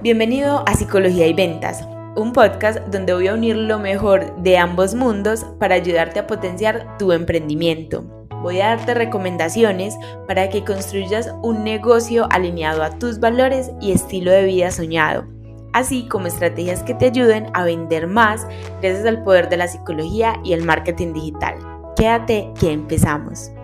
Bienvenido a Psicología y Ventas, un podcast donde voy a unir lo mejor de ambos mundos para ayudarte a potenciar tu emprendimiento. Voy a darte recomendaciones para que construyas un negocio alineado a tus valores y estilo de vida soñado, así como estrategias que te ayuden a vender más gracias al poder de la psicología y el marketing digital. Quédate que empezamos.